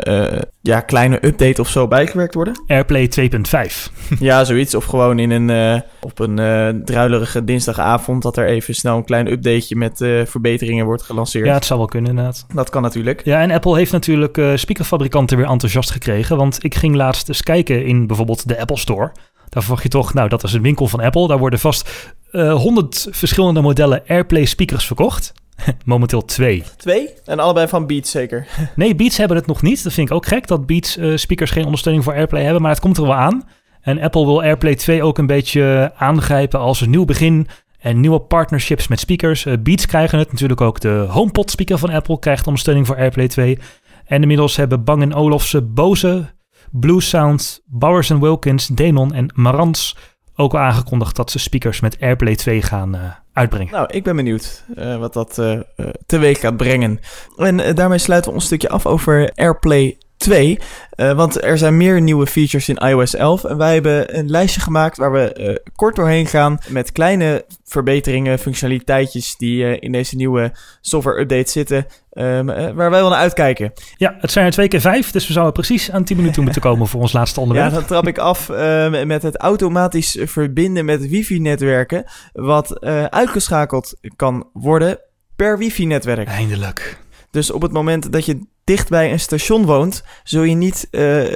kleine update of zo bijgewerkt worden. AirPlay 2.5. Ja, zoiets. Of gewoon op een druilerige dinsdagavond dat er even snel een klein updateje met verbeteringen wordt gelanceerd. Ja, het zou wel kunnen inderdaad. Dat kan natuurlijk. Ja, en Apple heeft natuurlijk speakerfabrikanten weer enthousiast gekregen. Want ik ging laatst eens kijken in bijvoorbeeld de Apple Store. Daar verwacht je toch, dat is een winkel van Apple. Daar worden vast 100 verschillende modellen AirPlay speakers verkocht. Momenteel 2. 2? En allebei van Beats zeker? Nee, Beats hebben het nog niet. Dat vind ik ook gek, dat Beats speakers geen ondersteuning voor AirPlay hebben. Maar het komt er wel aan. En Apple wil AirPlay 2 ook een beetje aangrijpen als een nieuw begin. En nieuwe partnerships met speakers. Beats krijgen het. Natuurlijk ook de HomePod speaker van Apple krijgt ondersteuning voor AirPlay 2. En inmiddels hebben Bang & Olufsen, Bose, Bluesound, Bowers & Wilkins, Denon en Marantz ook al aangekondigd dat ze speakers met AirPlay 2 gaan uitbrengen. Nou, ik ben benieuwd wat dat teweeg gaat brengen. En daarmee sluiten we ons stukje af over AirPlay 2. Want er zijn meer nieuwe features in iOS 11. En wij hebben een lijstje gemaakt waar we kort doorheen gaan met kleine verbeteringen, functionaliteitjes die in deze nieuwe software update zitten. Waar wij wel naar uitkijken. Ja, het zijn er 2 keer 5, dus we zouden precies aan 10 minuten moeten komen voor ons laatste onderwerp. Ja, dan trap ik af met het automatisch verbinden met wifi-netwerken, wat uitgeschakeld kan worden per wifi-netwerk. Eindelijk. Dus op het moment dat je dicht bij een station woont, zul je niet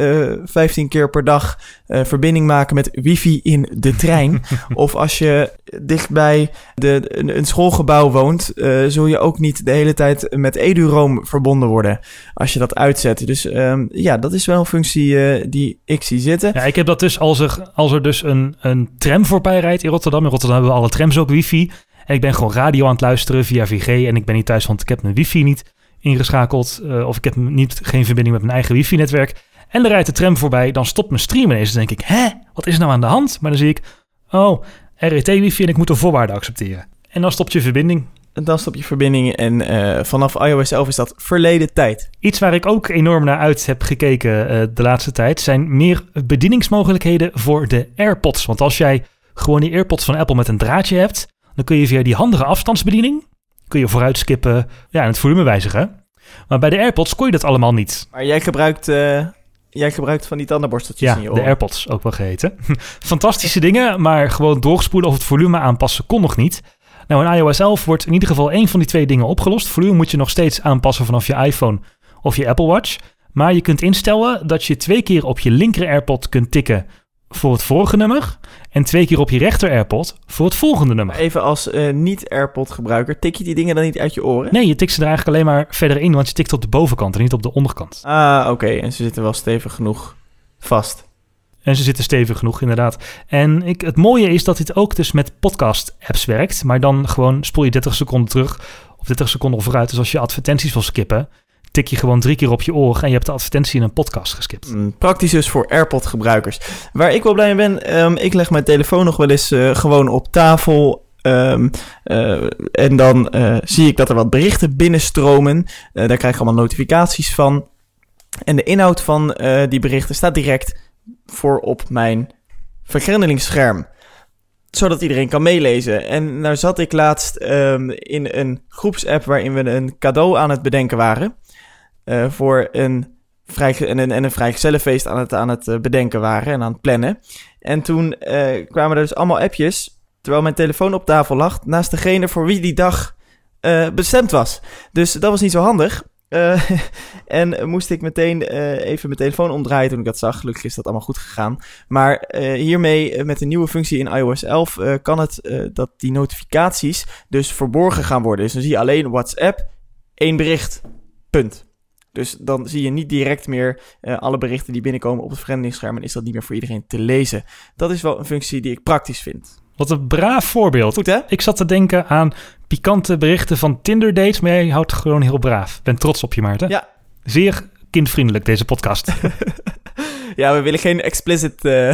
15 keer per dag verbinding maken met wifi in de trein. Of als je dichtbij een schoolgebouw woont, zul je ook niet de hele tijd met EduRoam verbonden worden als je dat uitzet. Dus dat is wel een functie die ik zie zitten. Ja, ik heb dat dus als er dus een tram voorbij rijdt in Rotterdam. In Rotterdam hebben we alle trams ook wifi. En ik ben gewoon radio aan het luisteren via 4G en ik ben niet thuis, want ik heb mijn wifi niet ingeschakeld of ik heb geen verbinding met mijn eigen wifi-netwerk. En dan rijdt de tram voorbij, dan stopt mijn stream ineens. Dan denk ik, wat is er nou aan de hand? Maar dan zie ik, RET-wifi en ik moet de voorwaarden accepteren. En dan stopt je verbinding. En dan stop je verbinding en vanaf iOS 11 is dat verleden tijd. Iets waar ik ook enorm naar uit heb gekeken de laatste tijd zijn meer bedieningsmogelijkheden voor de AirPods. Want als jij gewoon die AirPods van Apple met een draadje hebt, dan kun je via die handige afstandsbediening kun je vooruit skippen en het volume wijzigen. Maar bij de AirPods kon je dat allemaal niet. Maar jij gebruikt van die tandenborsteltjes in je oren. Ja, de AirPods ook wel geheten. Fantastische dingen, maar gewoon doorspoelen of het volume aanpassen kon nog niet. Nou, in iOS 11 wordt in ieder geval 1 van die 2 dingen opgelost. Volume moet je nog steeds aanpassen vanaf je iPhone of je Apple Watch. Maar je kunt instellen dat je 2 keer op je linker AirPod kunt tikken voor het vorige nummer en 2 keer op je rechter AirPod voor het volgende nummer. Even als niet-AirPod-gebruiker, tik je die dingen dan niet uit je oren? Nee, je tikt ze er eigenlijk alleen maar verder in, want je tikt op de bovenkant en niet op de onderkant. Ah, oké. En ze zitten wel stevig genoeg vast. En ze zitten stevig genoeg, inderdaad. En het mooie is dat dit ook dus met podcast-apps werkt. Maar dan gewoon spoel je 30 seconden terug of 30 seconden vooruit. Dus als je advertenties wil skippen, tik je gewoon 3 keer op je oor en je hebt de advertentie in een podcast geskipt. Praktisch dus voor AirPod-gebruikers. Waar ik wel blij mee ben, ik leg mijn telefoon nog wel eens gewoon op tafel. En dan zie ik dat er wat berichten binnenstromen. Daar krijg ik allemaal notificaties van. En de inhoud van die berichten staat direct voor op mijn vergrendelingsscherm, zodat iedereen kan meelezen. En nou zat ik laatst in een groepsapp waarin we een cadeau aan het bedenken waren. Voor een vrijgezellenfeest aan het bedenken waren en aan het plannen. En toen kwamen er dus allemaal appjes, terwijl mijn telefoon op tafel lag, naast degene voor wie die dag bestemd was. Dus dat was niet zo handig. En moest ik meteen even mijn telefoon omdraaien toen ik dat zag. Gelukkig is dat allemaal goed gegaan. Maar hiermee, met een nieuwe functie in iOS 11, kan het dat die notificaties dus verborgen gaan worden. Dus dan zie je alleen WhatsApp, 1 bericht, punt. Dus dan zie je niet direct meer alle berichten die binnenkomen op het vergrendelingsscherm en is dat niet meer voor iedereen te lezen. Dat is wel een functie die ik praktisch vind. Wat een braaf voorbeeld. Goed, hè? Ik zat te denken aan pikante berichten van Tinder dates, maar jij houdt gewoon heel braaf. Ik ben trots op je, Maarten. Ja. Zeer kindvriendelijk, deze podcast. Ja, we willen geen explicit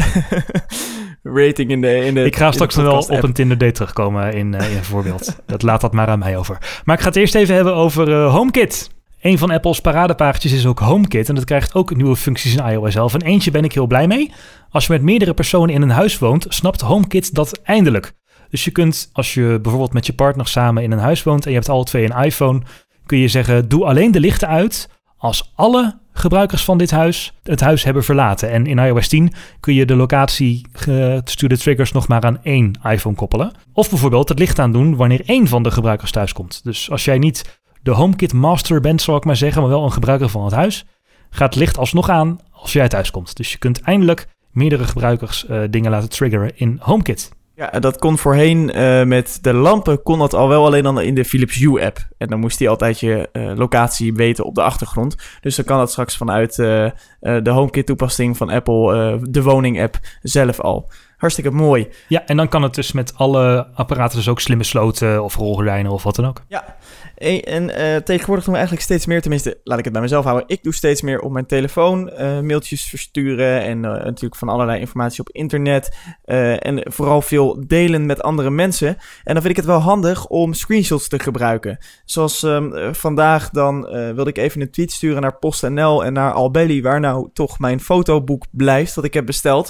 rating in de Ik ga straks nog wel op een Tinder date terugkomen in een voorbeeld. Laat dat maar aan mij over. Maar ik ga het eerst even hebben over HomeKit. Een van Apple's paradepagentjes is ook HomeKit en dat krijgt ook nieuwe functies in iOS 11. En eentje ben ik heel blij mee. Als je met meerdere personen in een huis woont, snapt HomeKit dat eindelijk. Dus je kunt, als je bijvoorbeeld met je partner samen in een huis woont en je hebt alle twee een iPhone, kun je zeggen, doe alleen de lichten uit als alle gebruikers van dit huis het huis hebben verlaten. En in iOS 10 kun je de locatie gestuurde triggers nog maar aan 1 iPhone koppelen. Of bijvoorbeeld het licht aandoen wanneer 1 van de gebruikers thuis komt. Dus als jij niet de HomeKit master bent, zal ik maar zeggen, maar wel een gebruiker van het huis, gaat het licht alsnog aan als jij thuis komt. Dus je kunt eindelijk meerdere gebruikers dingen laten triggeren in HomeKit. Ja, dat kon voorheen met de lampen, kon dat al wel alleen dan in de Philips Hue-app. En dan moest hij altijd je locatie weten op de achtergrond. Dus dan kan dat straks vanuit de HomeKit-toepassing van Apple, de woning-app zelf al. Hartstikke mooi. Ja, en dan kan het dus met alle apparaten, dus ook slimme sloten of rolgordijnen of wat dan ook. Ja, en tegenwoordig doen we eigenlijk steeds meer, tenminste, laat ik het bij mezelf houden. Ik doe steeds meer op mijn telefoon mailtjes versturen en natuurlijk van allerlei informatie op internet. En vooral veel delen met andere mensen. En dan vind ik het wel handig om screenshots te gebruiken. Zoals vandaag dan wilde ik even een tweet sturen naar PostNL en naar Albelly, waar nou toch mijn fotoboek blijft dat ik heb besteld.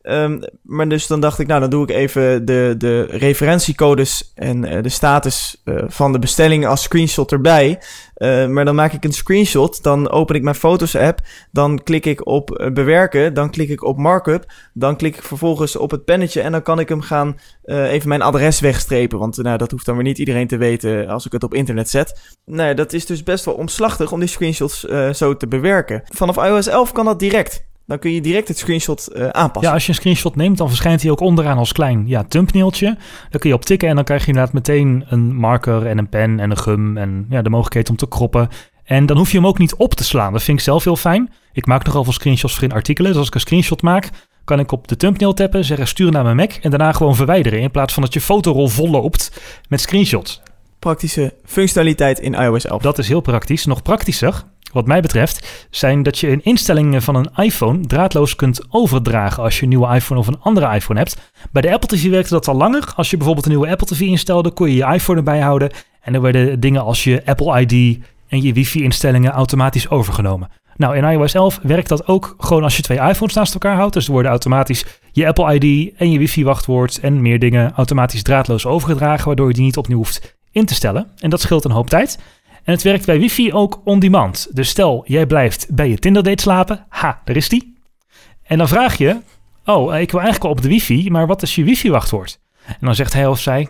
Maar dus dan dacht ik, nou dan doe ik even de referentiecodes en de status van de bestelling als screenshot erbij. Maar dan maak ik een screenshot, dan open ik mijn Fotos app, dan klik ik op bewerken, dan klik ik op markup, dan klik ik vervolgens op het pennetje en dan kan ik hem gaan even mijn adres wegstrepen, want dat hoeft dan weer niet iedereen te weten als ik het op internet zet. Nou, dat is dus best wel omslachtig om die screenshots zo te bewerken. Vanaf iOS 11 kan dat direct. Dan kun je direct het screenshot aanpassen. Ja, als je een screenshot neemt, dan verschijnt hij ook onderaan als klein thumbnailtje. Daar kun je op tikken en dan krijg je inderdaad meteen een marker en een pen en een gum en de mogelijkheid om te kroppen. En dan hoef je hem ook niet op te slaan. Dat vind ik zelf heel fijn. Ik maak nogal veel screenshots voor in artikelen. Dus als ik een screenshot maak, kan ik op de thumbnail tappen, zeggen stuur naar mijn Mac en daarna gewoon verwijderen. In plaats van dat je fotorol vol loopt met screenshots. Praktische functionaliteit in iOS 11. Dat is heel praktisch. Nog praktischer, wat mij betreft, zijn dat je in instellingen van een iPhone draadloos kunt overdragen als je een nieuwe iPhone of een andere iPhone hebt. Bij de Apple TV werkte dat al langer. Als je bijvoorbeeld een nieuwe Apple TV instelde, kon je je iPhone erbij houden. En dan werden dingen als je Apple ID en je wifi-instellingen automatisch overgenomen. Nou, in iOS 11 werkt dat ook gewoon als je 2 iPhones naast elkaar houdt. Dus er worden automatisch je Apple ID en je wifi-wachtwoord en meer dingen automatisch draadloos overgedragen, waardoor je die niet opnieuw hoeft in te stellen. En dat scheelt een hoop tijd. En het werkt bij wifi ook on demand. Dus stel, jij blijft bij je Tinder date slapen. Ha, daar is die. En dan vraag je, ik wil eigenlijk wel op de wifi, maar wat is je wifi-wachtwoord? En dan zegt hij of zij,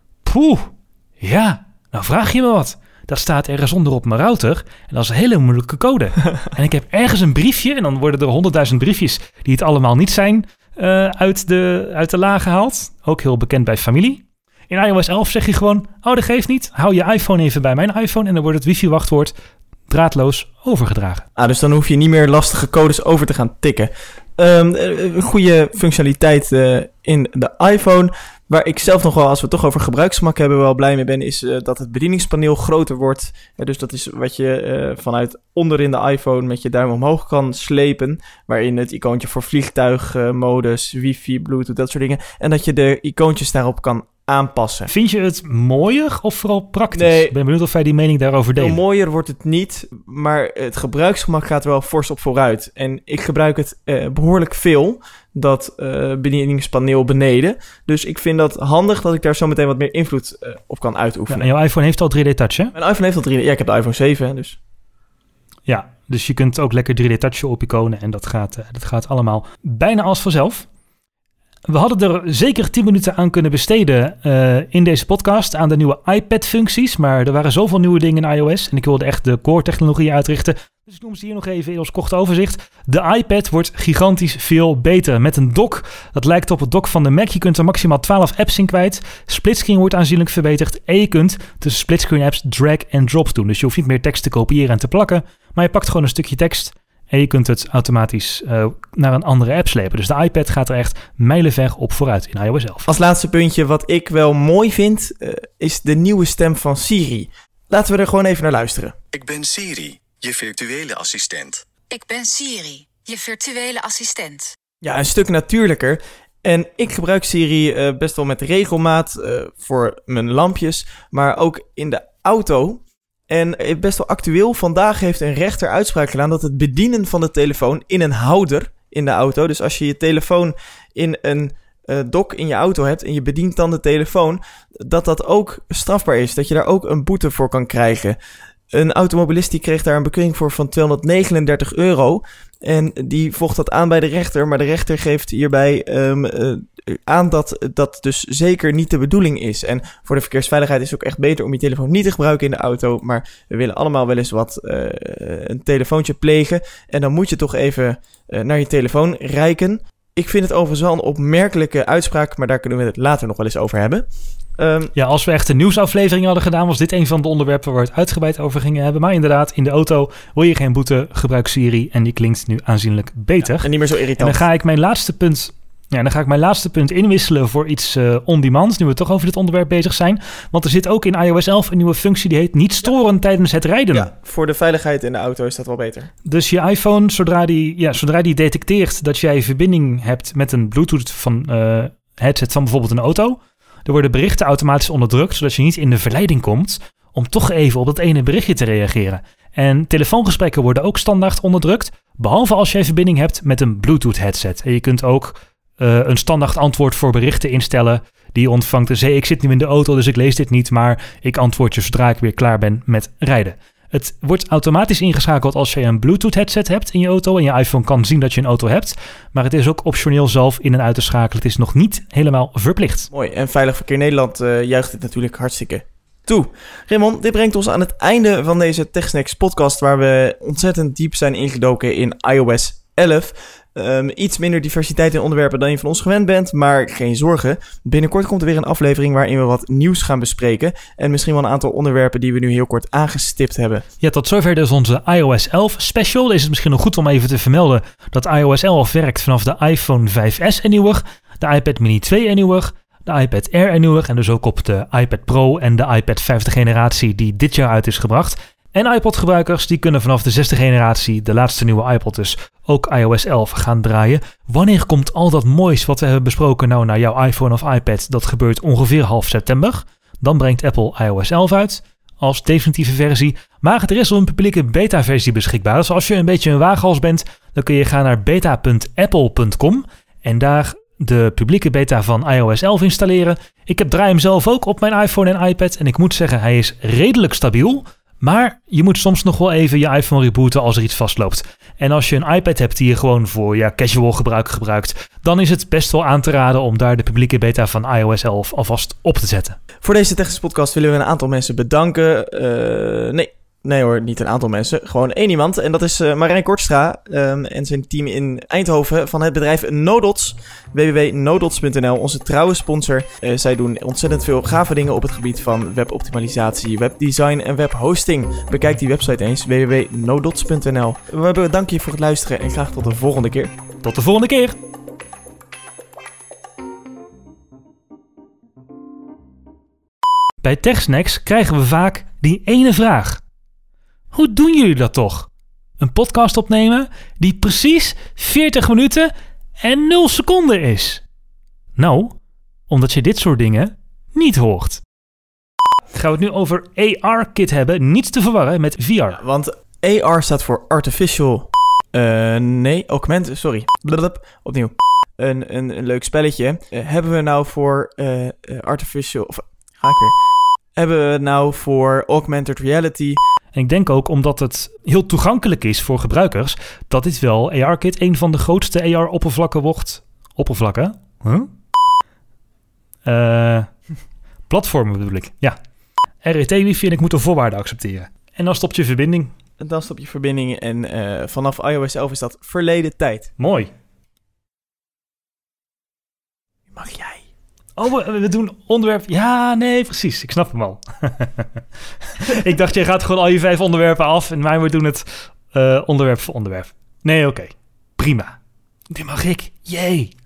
nou vraag je me wat. Dat staat ergens onder op mijn router en dat is een hele moeilijke code. En ik heb ergens een briefje en dan worden er 100.000 briefjes die het allemaal niet zijn uit de la gehaald. Ook heel bekend bij familie. In iOS 11 zeg je gewoon, dat geeft niet. Hou je iPhone even bij mijn iPhone en dan wordt het wifi-wachtwoord draadloos overgedragen. Dus dan hoef je niet meer lastige codes over te gaan tikken. Een goede functionaliteit in de iPhone. Waar ik zelf nog wel, als we het toch over gebruiksgemak hebben, wel blij mee ben, is dat het bedieningspaneel groter wordt. Dus dat is wat je vanuit onderin de iPhone met je duim omhoog kan slepen. Waarin het icoontje voor vliegtuigmodus, wifi, bluetooth, dat soort dingen. En dat je de icoontjes daarop kan aanpassen. Vind je het mooier of vooral praktisch? Nee. Ik ben benieuwd of wij die mening daarover delen. Mooier wordt het niet, maar het gebruiksgemak gaat er wel fors op vooruit. En ik gebruik het behoorlijk veel, dat bedieningspaneel beneden. Dus ik vind dat handig dat ik daar zo meteen wat meer invloed op kan uitoefenen. Ja, en jouw iPhone heeft al 3D Touch, hè? Mijn iPhone heeft al 3D. Ja, ik heb de iPhone 7, dus... Ja, dus je kunt ook lekker 3D touchen op iconen en dat gaat allemaal bijna als vanzelf. We hadden er zeker 10 minuten aan kunnen besteden in deze podcast aan de nieuwe iPad-functies, maar er waren zoveel nieuwe dingen in iOS en ik wilde echt de core-technologie uitrichten. Dus ik noem ze hier nog even in ons korte overzicht. De iPad wordt gigantisch veel beter met een dock. Dat lijkt op het dock van de Mac. Je kunt er maximaal 12 apps in kwijt. Splitscreen wordt aanzienlijk verbeterd. En je kunt tussen splitscreen apps drag en drop doen. Dus je hoeft niet meer tekst te kopiëren en te plakken. Maar je pakt gewoon een stukje tekst en je kunt het automatisch naar een andere app slepen. Dus de iPad gaat er echt mijlenver op vooruit in iOS 11. Als laatste puntje wat ik wel mooi vind, is de nieuwe stem van Siri. Laten we er gewoon even naar luisteren. Ik ben Siri, je virtuele assistent. Ik ben Siri, je virtuele assistent. Ja, een stuk natuurlijker. En ik gebruik Siri best wel met regelmaat voor mijn lampjes, maar ook in de auto. En best wel actueel, vandaag heeft een rechter uitspraak gedaan dat het bedienen van de telefoon in een houder in de auto, dus als je je telefoon in een dock in je auto hebt en je bedient dan de telefoon, dat ook strafbaar is, dat je daar ook een boete voor kan krijgen. Een automobilist die kreeg daar een bekeuring voor van €239 en die vocht dat aan bij de rechter, maar de rechter geeft hierbij aan dat dat dus zeker niet de bedoeling is. En voor de verkeersveiligheid is het ook echt beter om je telefoon niet te gebruiken in de auto, maar we willen allemaal wel eens een telefoontje plegen en dan moet je toch even naar je telefoon reiken. Ik vind het overigens wel een opmerkelijke uitspraak, maar daar kunnen we het later nog wel eens over hebben. Als we echt een nieuwsaflevering hadden gedaan, was dit een van de onderwerpen waar we het uitgebreid over gingen hebben. Maar inderdaad, in de auto wil je geen boete, gebruik Siri en die klinkt nu aanzienlijk beter. Ja, en niet meer zo irritant. En dan ga ik mijn laatste punt inwisselen voor iets on-demand, nu we toch over dit onderwerp bezig zijn. Want er zit ook in iOS 11 een nieuwe functie die heet niet storen tijdens het rijden. Ja, voor de veiligheid in de auto is dat wel beter. Dus je iPhone, zodra die detecteert dat jij verbinding hebt met een Bluetooth van headset van bijvoorbeeld een auto, er worden berichten automatisch onderdrukt, zodat je niet in de verleiding komt om toch even op dat ene berichtje te reageren. En telefoongesprekken worden ook standaard onderdrukt, behalve als jij verbinding hebt met een Bluetooth headset. En je kunt ook een standaard antwoord voor berichten instellen die je ontvangt. Dus ik zit nu in de auto, dus ik lees dit niet, maar ik antwoord je zodra ik weer klaar ben met rijden. Het wordt automatisch ingeschakeld als je een Bluetooth headset hebt in je auto en je iPhone kan zien dat je een auto hebt. Maar het is ook optioneel zelf in en uit te schakelen. Het is nog niet helemaal verplicht. Mooi. En Veilig Verkeer Nederland juicht het natuurlijk hartstikke toe. Raymond, dit brengt ons aan het einde van deze TechSnacks podcast waar we ontzettend diep zijn ingedoken in iOS 11. Iets minder diversiteit in onderwerpen dan je van ons gewend bent, maar geen zorgen. Binnenkort komt er weer een aflevering waarin we wat nieuws gaan bespreken en misschien wel een aantal onderwerpen die we nu heel kort aangestipt hebben. Ja, tot zover dus onze iOS 11 special. Is het misschien nog goed om even te vermelden dat iOS 11 werkt vanaf de iPhone 5S en nieuwer, de iPad Mini 2 en nieuwer, de iPad Air en nieuwer en dus ook op de iPad Pro en de iPad 5e generatie die dit jaar uit is gebracht. En iPod-gebruikers die kunnen vanaf de 6e generatie, de laatste nieuwe iPod dus, ook iOS 11 gaan draaien. Wanneer komt al dat moois wat we hebben besproken nou naar jouw iPhone of iPad? Dat gebeurt ongeveer half september. Dan brengt Apple iOS 11 uit als definitieve versie. Maar er is al een publieke beta-versie beschikbaar. Dus als je een beetje een waaghals bent, dan kun je gaan naar beta.apple.com en daar de publieke beta van iOS 11 installeren. Ik draai hem zelf ook op mijn iPhone en iPad en ik moet zeggen, hij is redelijk stabiel. Maar je moet soms nog wel even je iPhone rebooten als er iets vastloopt. En als je een iPad hebt die je gewoon voor casual gebruik gebruikt, dan is het best wel aan te raden om daar de publieke beta van iOS 11 alvast op te zetten. Voor deze technische podcast willen we een aantal mensen bedanken. Nee hoor, niet een aantal mensen. Gewoon één iemand. En dat is Marijn Kortstra en zijn team in Eindhoven van het bedrijf Nodots. www.nodots.nl, onze trouwe sponsor. Zij doen ontzettend veel gave dingen op het gebied van weboptimalisatie, webdesign en webhosting. Bekijk die website eens, www.nodots.nl. We bedanken je voor het luisteren en graag tot de volgende keer. Tot de volgende keer. Bij TechSnacks krijgen we vaak die ene vraag. Hoe doen jullie dat toch? Een podcast opnemen die precies 40 minuten en 0 seconden is. Nou, omdat je dit soort dingen niet hoort. Gaan we het nu over AR-kit hebben, niet te verwarren met VR. Want AR staat voor Artificial... augmented... Sorry. Opnieuw. Een leuk spelletje. Hebben we nou voor Artificial... Of, ga ik weer. Hebben we nou voor Augmented Reality... En ik denk ook omdat het heel toegankelijk is voor gebruikers, dat dit wel AR-kit een van de grootste AR-oppervlakken wordt. Oppervlakken? Huh? Platformen bedoel ik, ja. RET-wifi en ik moet een voorwaarde accepteren. En dan stopt je verbinding. Dan stop je verbinding en vanaf iOS 11 is dat verleden tijd. Mooi. Mag jij? Oh, we doen onderwerp... Ja, nee, precies. Ik snap hem al. Ik dacht, jij gaat gewoon al je 5 onderwerpen af en we doen het onderwerp voor onderwerp. Nee, oké. Prima. Nu mag ik. Jee.